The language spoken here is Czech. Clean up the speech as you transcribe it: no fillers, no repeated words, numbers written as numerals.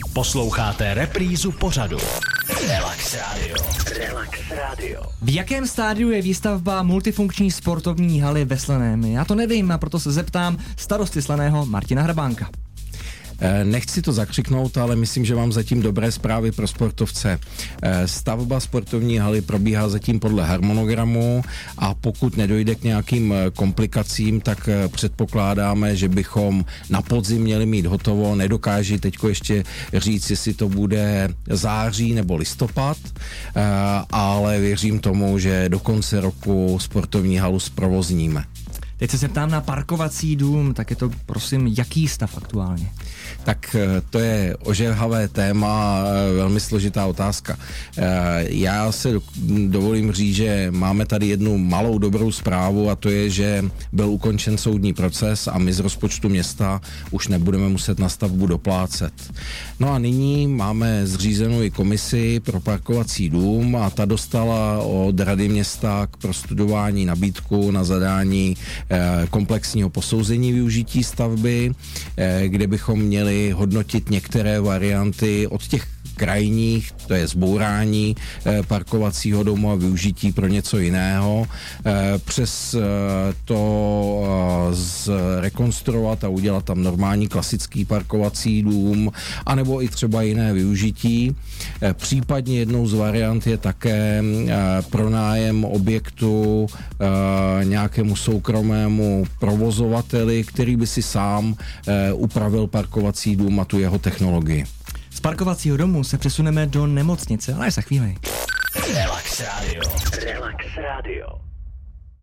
Posloucháte reprízu pořadu Relax Radio. Relax Radio. V jakém stádiu je výstavba multifunkční sportovní haly ve Slaném? Já to nevím a proto se zeptám starosty Slaného Martina Hrabánka. Nechci to zakřiknout, ale myslím, že mám zatím dobré zprávy pro sportovce. Stavba sportovní haly probíhá zatím podle harmonogramu a pokud nedojde k nějakým komplikacím, tak předpokládáme, že bychom na podzim měli mít hotovo. Nedokáži teďko ještě říct, jestli to bude září nebo listopad, ale věřím tomu, že do konce roku sportovní halu zprovozníme. Teď se zeptám na parkovací dům, tak je to prosím jaký stav aktuálně? Tak to je ožehavé téma, velmi složitá otázka. Já se dovolím říct, že máme tady jednu malou dobrou zprávu a to je, že byl ukončen soudní proces a my z rozpočtu města už nebudeme muset na stavbu doplácet. No a nyní máme zřízenou i komisi pro parkovací dům a ta dostala od Rady města k prostudování nabídku na zadání komplexního posouzení využití stavby, kde bychom měli hodnotit některé varianty od těch krajních, to je zbourání parkovacího domu a využití pro něco jiného, přes to zrekonstruovat a udělat tam normální klasický parkovací dům, anebo i třeba jiné využití. Případně jednou z variant je také pronájem objektu nějakému soukromému provozovateli, který by si sám upravil parkovací dům a tu jeho technologii. Z parkovacího domu se přesuneme do nemocnice, ale za chvíli. Relax Radio. Relax Radio.